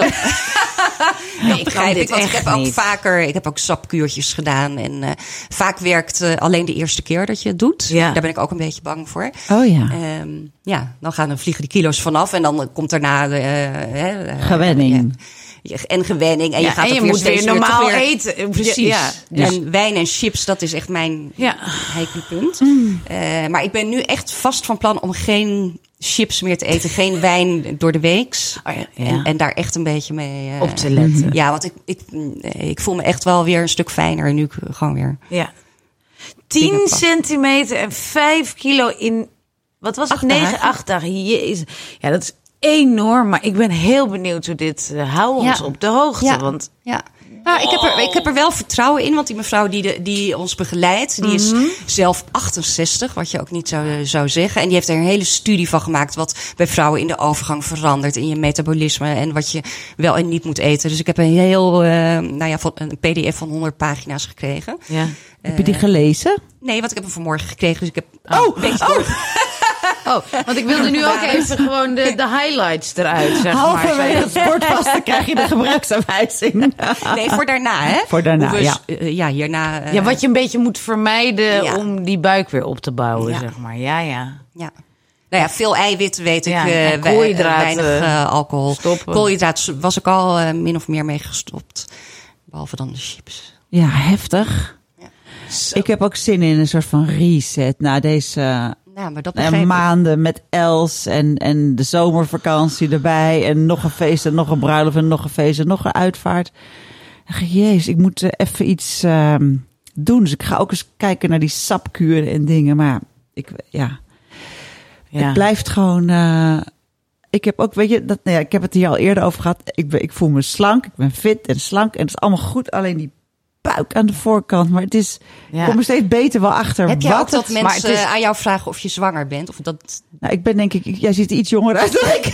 Nee, kan begrijp dit ik, want ik echt heb ook niet. vaker, ik heb ook sapkuurtjes gedaan en uh, vaak werkt uh, alleen de eerste keer dat je het doet. Ja. Daar ben ik ook een beetje bang voor. Oh ja. Um, ja, dan gaan dan vliegen de kilo's vanaf en dan komt daarna de uh, uh, Gewenning. Ja, en gewenning. En Ja, je gaat en ook je weer moet steeds weer normaal toch weer- eten. Precies. Ja, Dus- en wijn en chips, dat is echt mijn Ja. heikele punt. Mm. Uh, maar ik ben nu echt vast van plan om geen chips meer te eten. Geen wijn door de weeks. Oh ja, ja. En, en daar echt een beetje mee uh, Op te letten. Ja, want ik, ik, ik voel me echt wel weer een stuk fijner nu ik gewoon weer... Ja. Dingen tien pak. centimeter en vijf kilo in, wat was het? Acht negen, dagen. acht dagen. Jezus. Ja, dat is enorm. Maar ik ben heel benieuwd hoe dit, uh, hou ons Ja. op de hoogte. Ja. Want Ja. Nou, ik, heb er, ik heb er wel vertrouwen in, want die mevrouw die, de, die ons begeleidt, die is zelf achtenzestig, wat je ook niet zou, zou zeggen. En die heeft er een hele studie van gemaakt wat bij vrouwen in de overgang verandert in je metabolisme en wat je wel en niet moet eten. Dus ik heb een heel, uh, nou ja, van, een P D F van honderd pagina's gekregen. ja. Heb je die gelezen? Nee, want ik heb hem vanmorgen gekregen, dus ik heb Oh, een beetje oh. door- Oh, want ik wilde nu ook even gewoon de, de highlights eruit, zeg maar. Halverwege het sportvasten krijg je de gebruiksaanwijzing. Nee, voor daarna, hè? Voor daarna, we, ja. Uh, ja, hierna... Uh, ja, wat je een beetje moet vermijden ja. om die buik weer op te bouwen, Ja. zeg maar. Ja, ja. Ja. Nou ja, veel eiwitten weet ik. Ja, uh, en koolhydraten weinig uh, alcohol. Stoppen. Koolhydraten was ik al uh, min of meer mee gestopt. Behalve dan de chips. Ja, heftig. Ja. Ik heb ook zin in een soort van reset na deze Nou, maar dat uh, begrijp ik. maanden met Els en, en de zomervakantie erbij. En nog een feest en nog een bruiloft en nog een feest en nog een uitvaart. Dan dacht ik, jezus, ik moet uh, even iets uh, doen. Dus ik ga ook eens kijken naar die sapkuren en dingen. Maar ik, ja, Ja. het blijft gewoon... Uh, ik heb ook, weet je, dat, nou ja, ik heb het hier al eerder over gehad. Ik, ben, ik voel me slank, ik ben fit en slank. En het is allemaal goed, alleen die buik aan de voorkant. Maar het is, Ja. ik kom er steeds beter wel achter. Heb jij wat ook dat het, mensen maar het is- aan jou vragen of je zwanger bent? Of dat... Nou, ik ben denk ik, jij ziet er iets jonger uit dan ik.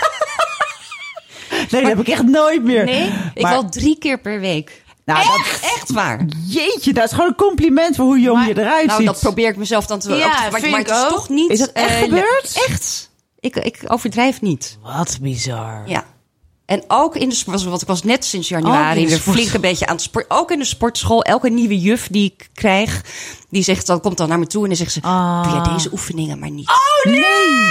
Nee, dat heb ik echt nooit meer. Nee, ik Maar- wel drie keer per week. Nou, echt, dat, echt waar. jeetje, dat is gewoon een compliment voor hoe jong Maar- je eruit Nou, ziet. dat probeer ik mezelf dan te... Ja, ook te- maar, vind maar ik het is ook. toch niet... Is dat echt eh, gebeurd? Echt. Ik, ik overdrijf niet. Wat bizar. Ja. En ook in de sport, want ik was net sinds januari Ook in de weer sport- flink een beetje aan het sport. Ook in de sportschool, elke nieuwe juf die ik krijg, die zegt dan komt dan naar me toe en dan zegt ze: Ah. doe jij deze oefeningen maar niet Oh nee!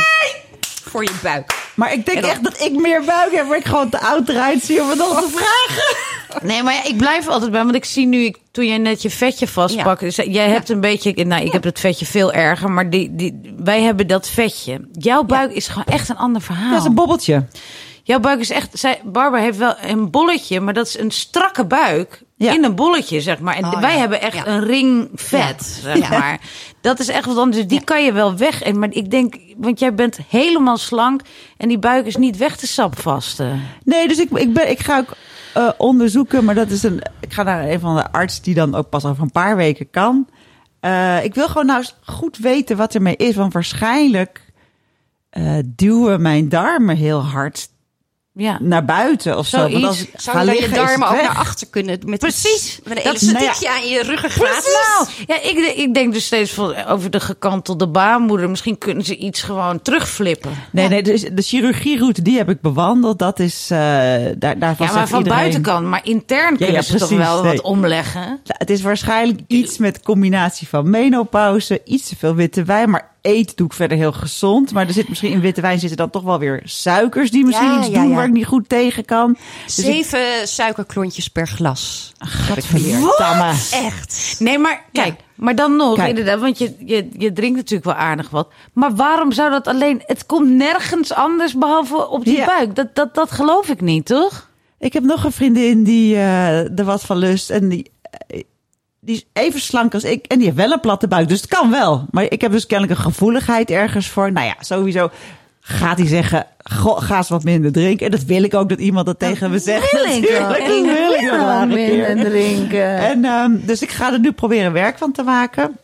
voor je buik. Maar ik denk En dan- echt dat ik meer buik heb, waar ik gewoon te oud eruit zie om het nog te vragen. Nee, maar ja, ik blijf er altijd bij, want ik zie nu, ik, toen jij net je vetje vastpakt, Ja. dus jij hebt een beetje, nou, ik heb het vetje veel erger, maar die, die, wij hebben dat vetje. Jouw buik is gewoon echt een ander verhaal. Dat is een bobbeltje. Jouw buik is echt, zij, Barbara heeft wel een bolletje, maar dat is een strakke buik Ja. in een bolletje, zeg maar. En Oh, wij ja. hebben echt Ja. een ring vet, Ja. zeg Ja. maar. Dat is echt wat anders. Dus die kan je wel weg. En, maar ik denk, want jij bent helemaal slank en die buik is niet weg te sapvasten. Nee, dus ik, ik, ben, ik ga ook uh, onderzoeken, maar dat is een. Ik ga naar een van de arts die dan ook pas over een paar weken kan. Uh, ik wil gewoon nou eens goed weten wat ermee is, want waarschijnlijk uh, duwen mijn darmen heel hard Ja. naar buiten of zo. Zoiets. Want als ik Zou ga je dan je liggen, is darmen het ook weg. naar achter kunnen? Met Precies. Met een Dat is- elastiekje nou aan je ruggengraat. Nou, ja, ik, ik denk dus steeds van over de gekantelde baarmoeder. Misschien kunnen ze iets gewoon terugflippen. Nee, nee, dus de chirurgieroute die heb ik bewandeld. Dat is uh, daar, daarvan Ja, maar zegt van iedereen, buitenkant. Maar intern kunnen ja, ze toch precies. wel Nee. wat omleggen. Het is waarschijnlijk iets met combinatie van menopauze, iets te veel witte wijn, maar eten doe ik verder heel gezond. Maar er zit misschien in witte wijn zitten dan toch wel weer suikers die misschien Ja, iets ja, doen ja. waar ik niet goed tegen kan. Dus ik, Zeven suikerklontjes per glas. gadverdamme. Echt. Nee, maar kijk, maar dan nog, Kijk. inderdaad, want je, je, je drinkt natuurlijk wel aardig wat. Maar waarom zou dat alleen... Het komt nergens anders behalve op die Ja. buik. Dat, dat, dat geloof ik niet, toch? Ik heb nog een vriendin die uh, er wat van lust en die, uh, die is even slank als ik en die heeft wel een platte buik, dus het kan wel. Maar ik heb dus kennelijk een gevoeligheid ergens voor. Nou ja, sowieso gaat hij zeggen, goh, ga eens wat minder drinken. En dat wil ik ook dat iemand dat tegen me zegt. Natuurlijk, dat wil ik nog wel een keer. drinken. En um, dus ik ga er nu proberen werk van te maken.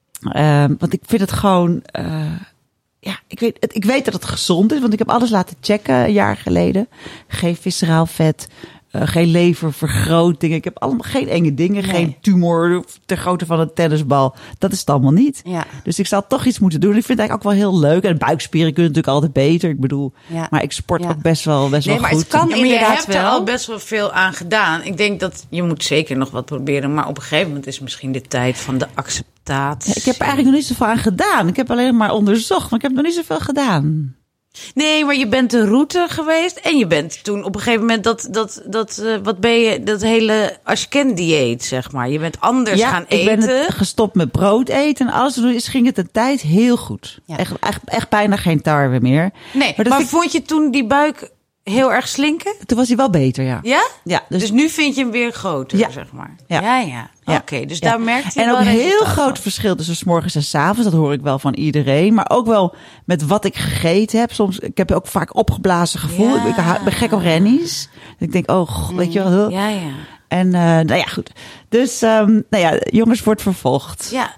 Um, want ik vind het gewoon... Uh, ja, ik weet, het, ik weet dat het gezond is. Want ik heb alles laten checken een jaar geleden. Geen visceraal vet. Uh, geen leververgroting. Ik heb allemaal geen enge dingen. Nee. Geen tumor ter grootte van een tennisbal. Dat is het allemaal niet. Ja. Dus ik zal toch iets moeten doen. Ik vind het eigenlijk ook wel heel leuk. En buikspieren kunnen natuurlijk altijd beter. Ik bedoel, Ja. maar ik sport Ja. ook best wel, best Nee, wel maar goed. het kan Ja, maar je inderdaad hebt er wel. al best wel veel aan gedaan. Ik denk dat je moet zeker nog wat proberen. Maar op een gegeven moment is misschien de tijd van de acceptatie. Ja, ik heb er eigenlijk nog niet zoveel aan gedaan. Ik heb alleen maar onderzocht, maar ik heb nog niet zoveel gedaan. Nee, maar je bent de route geweest. En je bent toen op een gegeven moment dat, dat, dat uh, wat ben je, dat hele Ashken-dieet, zeg maar. Je bent anders gaan ik eten. ben het gestopt met brood eten en alles. Dus ging het een tijd heel goed. Ja. Echt, echt, echt bijna geen tarwe meer. Nee, Maar maar, dat vind vond je toen die buik heel erg slinken? Toen was hij wel beter, ja. Ja? Ja, Dus, dus, nu vind je hem weer groter, Ja. zeg maar. Ja. Ja, ja. Ja. Oké, dus ja. daar merkt je En wel ook een heel resultaat groot van. verschil tussen 's morgens en 's avonds. Dat hoor ik wel van iedereen. Maar ook wel met wat ik gegeten heb. Soms, ik heb ook vaak opgeblazen gevoel. Ja. Ik, ik ben gek op rennies. Ik denk, oh, god, weet je wel. Ja, ja. En uh, nou ja, goed. Dus, um, nou ja, jongens, wordt vervolgd. Ja.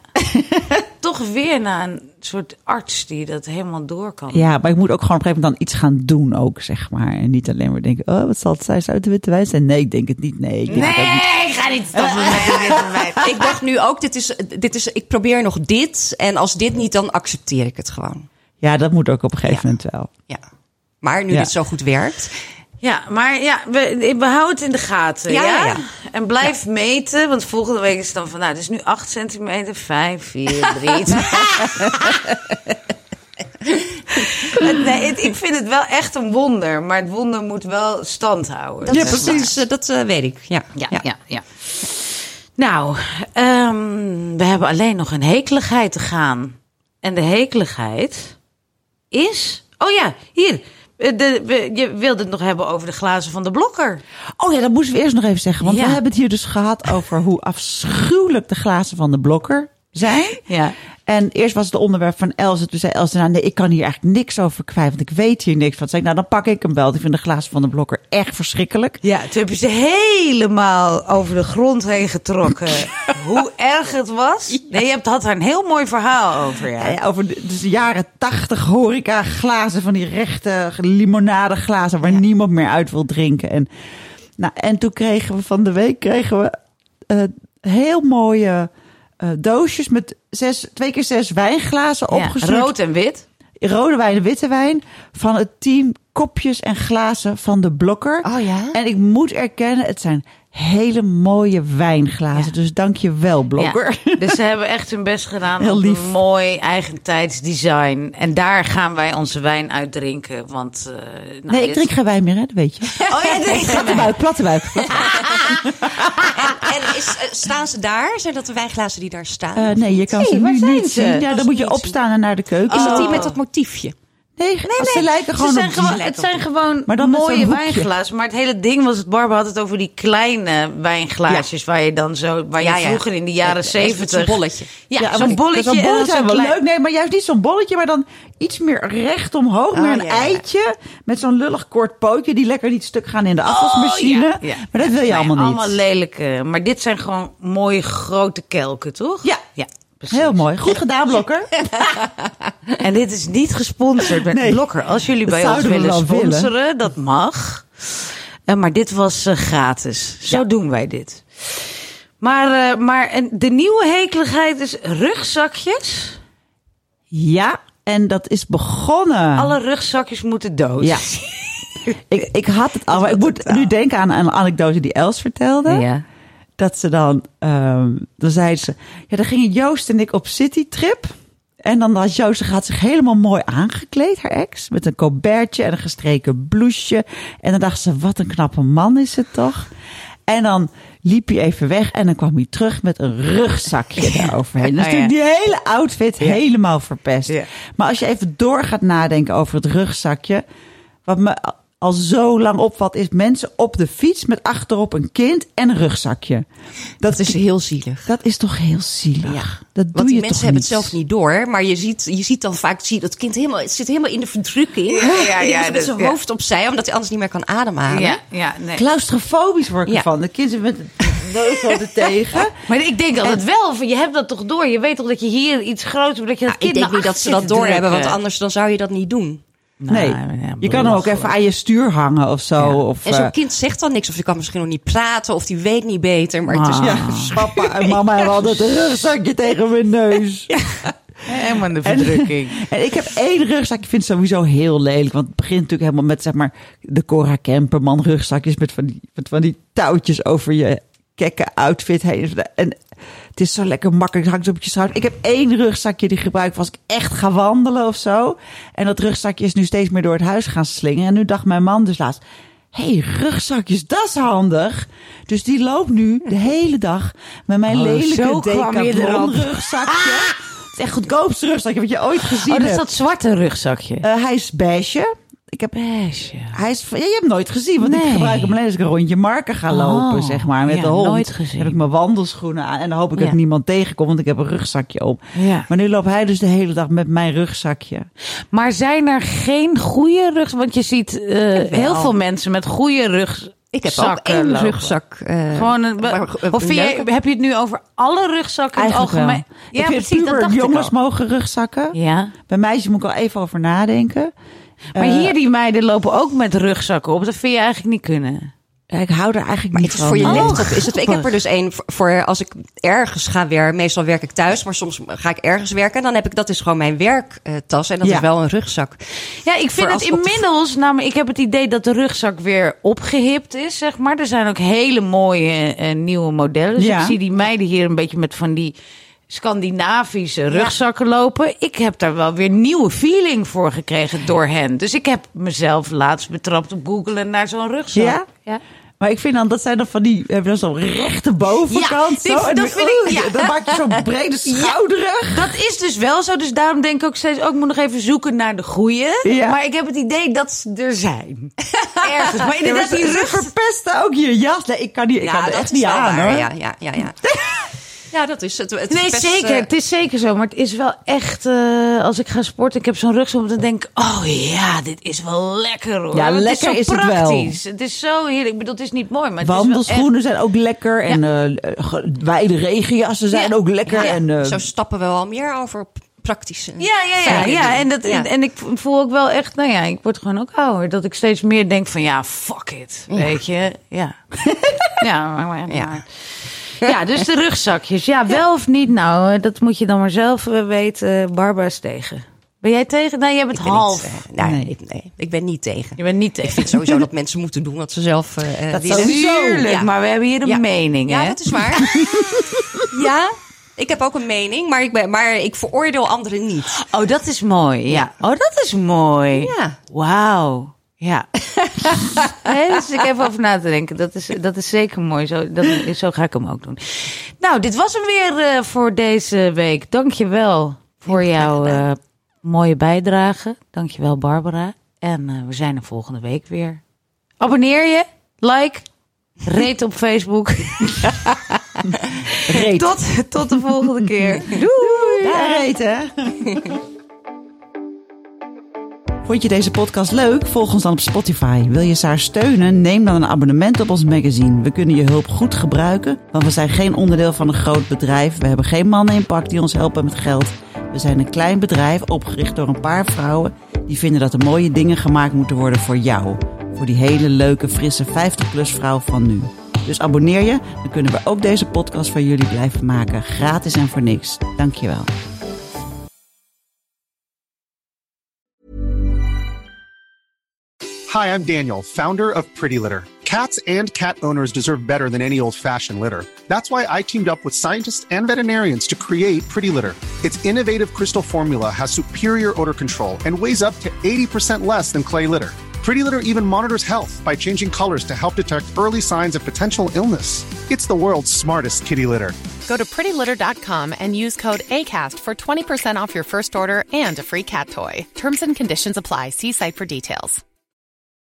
Toch weer naar een soort arts die dat helemaal door kan. Ja, maar ik moet ook gewoon op een gegeven moment dan iets gaan doen ook, zeg maar. En niet alleen maar denken, oh, wat zal het zijn? Zou het de witte wijn zijn? Nee, ik denk het niet. Nee, ik denk het ook niet. Nee, ik ga niet stoppen met witte wijn. Ik dacht nu ook, dit is, dit is, ik probeer nog dit. En als dit niet, dan accepteer ik het gewoon. Ja, dat moet ook op een gegeven Ja. moment wel. Ja. Maar nu Ja. dit zo goed werkt. Ja, maar ja, we, we houden het in de gaten. Ja, Ja, ja, ja. En blijf meten, want volgende week is het dan van, nou, het is nu acht centimeter, vijf, vier, drie. Nee, het, ik vind het wel echt een wonder, maar het wonder moet wel stand houden. Dat Ja, is precies. waar. Dat uh, weet ik. Ja, Ja, ja, ja. ja. Nou, um, we hebben alleen nog een hekeligheid te gaan. En de hekeligheid is... Oh ja, hier. De, we, je wilde het nog hebben over de glazen van de Blokker. Oh ja, dat moesten we eerst nog even zeggen. Want Ja. we hebben het hier dus gehad over hoe afschuwelijk de glazen van de Blokker zijn. Ja. En eerst was het onderwerp van Else. Toen zei Else, nou nee, ik kan hier eigenlijk niks over kwijt. Want ik weet hier niks van. Toen zei ik, nou dan pak ik hem wel. Ik vind de glazen van de Blokker echt verschrikkelijk. Ja, toen heb je ze helemaal over de grond heen getrokken. Hoe erg het was. Nee, je hebt, had daar een heel mooi verhaal over. Ja. Ja, over de, dus de jaren tachtig horeca glazen. Van die rechte limonadeglazen waar niemand meer uit wil drinken. En, nou, en toen kregen we van de week kregen we uh, heel mooie uh, doosjes met zes, twee keer zes wijnglazen Ja, opgestuurd. rood en wit. Rode wijn en witte wijn van het team Kopjes en Glazen van de Blokker. Oh ja? En ik moet erkennen, het zijn hele mooie wijnglazen. Ja. Dus dank je wel, Blokker. Ja, dus ze hebben echt hun best gedaan Heel op lief. een mooi eigentijds design. En daar gaan wij onze wijn uit drinken. Want, uh, nou, Nee, ik dit- drink geen wijn meer, hè? Dat weet je. Oh ja, nee. Platte buik, platte buik. En is, uh, staan ze daar? Zijn dat de wijnglazen die daar staan? Uh, nee, je kan Nee, ze waar nu zijn niet ze? zien. Ja, Kan dan ze moet je niet zien. opstaan en naar de keuken. Is het die Oh. met dat motiefje? Nee, ze lijken gewoon Ze zijn op gewoon, die- het zijn gewoon Maar dan met mooie zo'n hoekje. wijnglazen. Maar het hele ding was, het Barbara had het over die kleine wijnglaasjes. Waar je dan zo, waar je Ja, ja. vroeger in de jaren Met zo'n zeventig. bolletje. Ja, Ja, zo'n maar- bolletje. Zo'n en dan bolletje zijn zo'n wel klein- leuk. Nee, maar juist niet zo'n bolletje, maar dan iets meer recht omhoog. Oh, naar een ja, ja. eitje met zo'n lullig kort pootje die lekker niet stuk gaan in de afwasmachine. Oh, ja, ja. Maar dat wil je Nee, allemaal niet. Allemaal lelijke. Maar dit zijn gewoon mooie grote kelken, toch? Ja. Ja, precies. Heel mooi. Goed gedaan, Blokker. En dit is niet gesponsord met Nee. Blokker. Als jullie Dat bij ons zouden we willen wel willen. sponsoren, dat mag. Uh, maar dit was uh, gratis. Zo Ja. doen wij dit. Maar, uh, maar en de nieuwe hekeligheid is rugzakjes. Ja, en dat is begonnen. Alle rugzakjes moeten dood. Ja. ik, ik had het al, maar ik moet nu denken aan een anekdote die Els vertelde. Ja. Dat ze dan, um, dan zei ze, ja, dan gingen Joost en ik op citytrip. En dan had Joost, ze gaat zich helemaal mooi aangekleed, haar ex. Met een colbertje en een gestreken blouseje. En dan dacht ze, wat een knappe man is het toch? En dan liep hij even weg en dan kwam hij terug met een rugzakje daaroverheen. Dus Oh, ja. toen die hele outfit helemaal verpest. Ja. Maar als je even door gaat nadenken over het rugzakje. Wat me al zo lang opvalt, is mensen op de fiets met achterop een kind en een rugzakje. Dat is heel zielig. Dat is toch heel zielig. Ja. Dat doe Want die je mensen toch hebben niet? het zelf niet door. Maar je ziet, je ziet dan vaak, zie je dat kind helemaal, het zit helemaal in de verdrukking. Ja, ja, En die ja, is met dat- zijn ja. hoofd opzij, omdat hij anders niet meer kan ademhalen. Ja, ja, nee. Claustrofobisch word ik Ja. ervan. De kinderen met de neus altijd tegen. Maar ik denk altijd wel, van, je hebt dat toch door. Je weet toch dat je hier iets groots hebt, dat je dat Nou, kind ik denk naar niet dat achter ze dat zit te doorhebben, want drukken. anders dan zou je dat niet doen. Nee, Nou, ja, je kan hem ook even aan je stuur hangen of zo. Ja. Of, En zo'n eh, kind zegt dan niks, of die kan misschien nog niet praten, of die weet niet beter. Maar het is Ah. ja, papa en mama hebben altijd een rugzakje tegen mijn neus. Helemaal in de verdrukking. En ik heb één rugzak, ik vind het sowieso heel lelijk. Want het begint natuurlijk helemaal met, zeg maar, de Cora Kemperman rugzakjes met van die, met van die touwtjes over je kekke outfit heen. En het is zo lekker makkelijk, het hangt op je schouder. Ik heb één rugzakje die gebruik als ik echt ga wandelen of zo. En dat rugzakje is nu steeds meer door het huis gaan slingen. En nu dacht mijn man dus laatst, hé, hey, rugzakjes, dat is handig. Dus die loopt nu de hele dag met mijn Oh, lelijke zo kwam je Decathlon erop. rugzakje. Het is echt het goedkoopste rugzakje wat je ooit gezien Oh, dat is hebt. dat zwarte rugzakje. Uh, hij is beige. Ik heb, Beige. hij is, ja, je hebt hem nooit gezien, want ik Nee. gebruik hem alleen als ik een rondje marken ga lopen, Oh, zeg maar, met ja, de hond. nooit gezien. Dan heb ik mijn wandelschoenen aan en dan hoop ik Ja. dat niemand tegenkomt, want ik heb een rugzakje op. Ja. Maar nu loopt hij dus de hele dag met mijn rugzakje. Maar zijn er geen goede rugzakken? Want je ziet uh, heel veel mensen met goede rugzakken. Ik heb ook één lopen. rugzak. eh, Gewoon een, maar, eh, of vind je, leuke. heb je het nu over alle rugzakken in het Eigenlijk algemeen? wel. ik vind puber dacht ik jongens al. mogen rugzakken. Ja. Bij meisjes moet ik al even over nadenken. Maar Eh, hier die meiden lopen ook met rugzakken op. Dat vind je eigenlijk niet kunnen. Ik hou er eigenlijk Maar niet het van. voor je Oh, laptop is het. Ik heb er grappig. dus één voor, voor als ik ergens ga werken. Meestal werk ik thuis, maar soms ga ik ergens werken. En dan heb ik, dat is gewoon mijn werktas. En dat Ja. is wel een rugzak. Ja, ik vind Voor het als op de- inmiddels, namelijk, ik heb het idee dat de rugzak weer opgehipt is, zeg maar. Er zijn ook hele mooie uh, nieuwe modellen. Dus Ja. ik zie die meiden hier een beetje met van die Scandinavische rugzakken lopen. Ik heb daar wel weer nieuwe feeling voor gekregen door hen. Dus ik heb mezelf laatst betrapt op Google naar zo'n rugzak. Ja? Ja. Maar ik vind dan, dat zijn dan van die, hebben dan zo'n rechte bovenkant. Ja, die- zo, en dat dan- vind ik- oeh, ja. Dan maak je zo'n brede schouderig. Dat is dus wel zo. Dus daarom denk ik ook steeds, ook ik moet nog even zoeken naar de goeie. Ja. Maar ik heb het idee dat ze er zijn. Ergens. Maar Ja, maar inderdaad, ze, die ze rug... verpesten ook je jas. Nee, ik kan, die, ik kan er echt niet wel aan, waar. hoor. Ja, ja, ja, ja. Ja, dat is het. het is Nee, best, zeker. eh, Het is zeker zo. Maar het is wel echt... eh, als ik ga sporten, ik heb zo'n rugzak, dan denk ik... Oh ja, dit is wel lekker hoor. Ja, Het lekker is, is zo het wel. praktisch. Het is zo heerlijk. Ik bedoel, het is niet mooi, maar het Wandelschoenen is wel zijn ook lekker. En eh, ge- wijde regenjassen zijn Ja. ook lekker. ja, En, eh, zo stappen we wel meer over p- praktische. echt... Ja, ja, ja. fijne ja. dingen. En, dat, Ja. en ik voel ook wel echt... Nou ja, ik word gewoon ook ouder. Dat ik steeds meer denk van... Ja, fuck it. Weet je? Ja. ja, maar... maar, Ja. maar- Ja, dus de rugzakjes. Ja, wel of niet? Nou, eh, dat moet je dan maar zelf eh, weten. Barbara is tegen. Ben jij tegen? Nee, jij bent Ik ben half. niet, eh, nee, Nee. Ik, nee, ik ben niet tegen. Je bent niet Ik tegen. vind sowieso dat mensen moeten doen wat ze zelf uh, Dat willen. sowieso. Tuurlijk, Ja. maar we hebben hier een Ja. mening, Ja, hè? dat is waar. Ja, ik heb ook een mening, maar ik, ben, maar ik veroordeel anderen niet. Oh, dat is mooi. Ja. Oh, dat is mooi. Ja. Wauw. Ja. Nee, dus ik even over na te denken. Dat is, dat is zeker mooi. Zo, dat, zo ga ik hem ook doen. Nou, dit was hem weer uh, voor deze week. Dank je wel voor jouw uh, mooie bijdrage. Dank je wel, Barbara. En uh, we zijn er volgende week weer. Abonneer je. Like. Rate op Facebook. reet. Tot, tot de volgende keer. Doei. Ja, reet, hè? Vond je deze podcast leuk? Volg ons dan op Spotify. Wil je Saar steunen? Neem dan een abonnement op ons magazine. We kunnen je hulp goed gebruiken, want we zijn geen onderdeel van een groot bedrijf. We hebben geen mannen in pak die ons helpen met geld. We zijn een klein bedrijf opgericht door een paar vrouwen die vinden dat er mooie dingen gemaakt moeten worden voor jou. Voor die hele leuke, frisse vijftig-plus vrouw van nu. Dus abonneer je, dan kunnen we ook deze podcast voor jullie blijven maken. Gratis en voor niks. Dank je wel. Hi, I'm Daniel, founder of Pretty Litter. Cats and cat owners deserve better than any old-fashioned litter. That's why I teamed up with scientists and veterinarians to create Pretty Litter. Its innovative crystal formula has superior odor control and weighs up to eighty percent less than clay litter. Pretty Litter even monitors health by changing colors to help detect early signs of potential illness. It's the world's smartest kitty litter. Go to pretty litter dot com and use code ACAST for twenty percent off your first order and a free cat toy. Terms and conditions apply. See site for details.